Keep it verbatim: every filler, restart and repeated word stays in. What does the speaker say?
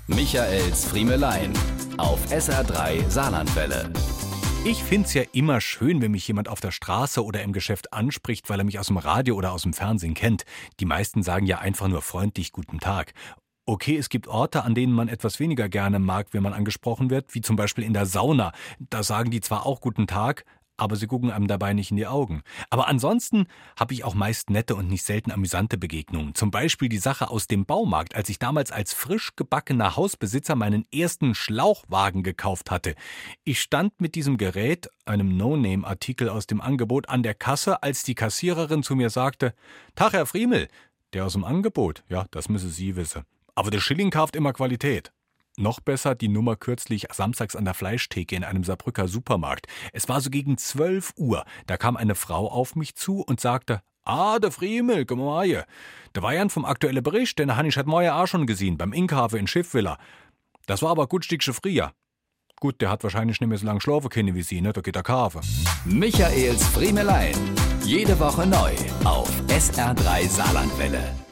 Michaels Friemelein auf S R drei Saarlandwelle. Ich find's ja immer schön, wenn mich jemand auf der Straße oder im Geschäft anspricht, weil er mich aus dem Radio oder aus dem Fernsehen kennt. Die meisten sagen ja einfach nur freundlich Guten Tag. Okay, es gibt Orte, an denen man etwas weniger gerne mag, wenn man angesprochen wird, wie zum Beispiel in der Sauna. Da sagen die zwar auch Guten Tag, aber sie gucken einem dabei nicht in die Augen. Aber ansonsten habe ich auch meist nette und nicht selten amüsante Begegnungen. Zum Beispiel die Sache aus dem Baumarkt, als ich damals als frisch gebackener Hausbesitzer meinen ersten Schlauchwagen gekauft hatte. Ich stand mit diesem Gerät, einem No-Name-Artikel aus dem Angebot, an der Kasse, als die Kassiererin zu mir sagte: »Tag, Herr Friemel, der aus dem Angebot, ja, das müsse Sie wissen. Aber der Schilling kauft immer Qualität.« Noch besser die Nummer kürzlich samstags an der Fleischtheke in einem Saarbrücker Supermarkt. Es war so gegen zwölf Uhr. Da kam eine Frau auf mich zu und sagte: »Ah, der Friemel, komm mal hier. Der war ja vom aktuellen Bericht, den habe ich heute Morgen auch schon gesehen, beim Inkhafen in Schiffwiller. Das war aber gut Stückchen früher.« Gut, der hat wahrscheinlich nicht mehr so lange schlafen können wie Sie, ne? Da geht der Kafe. Michaels Friemelein. Jede Woche neu auf S R drei Saarlandwelle.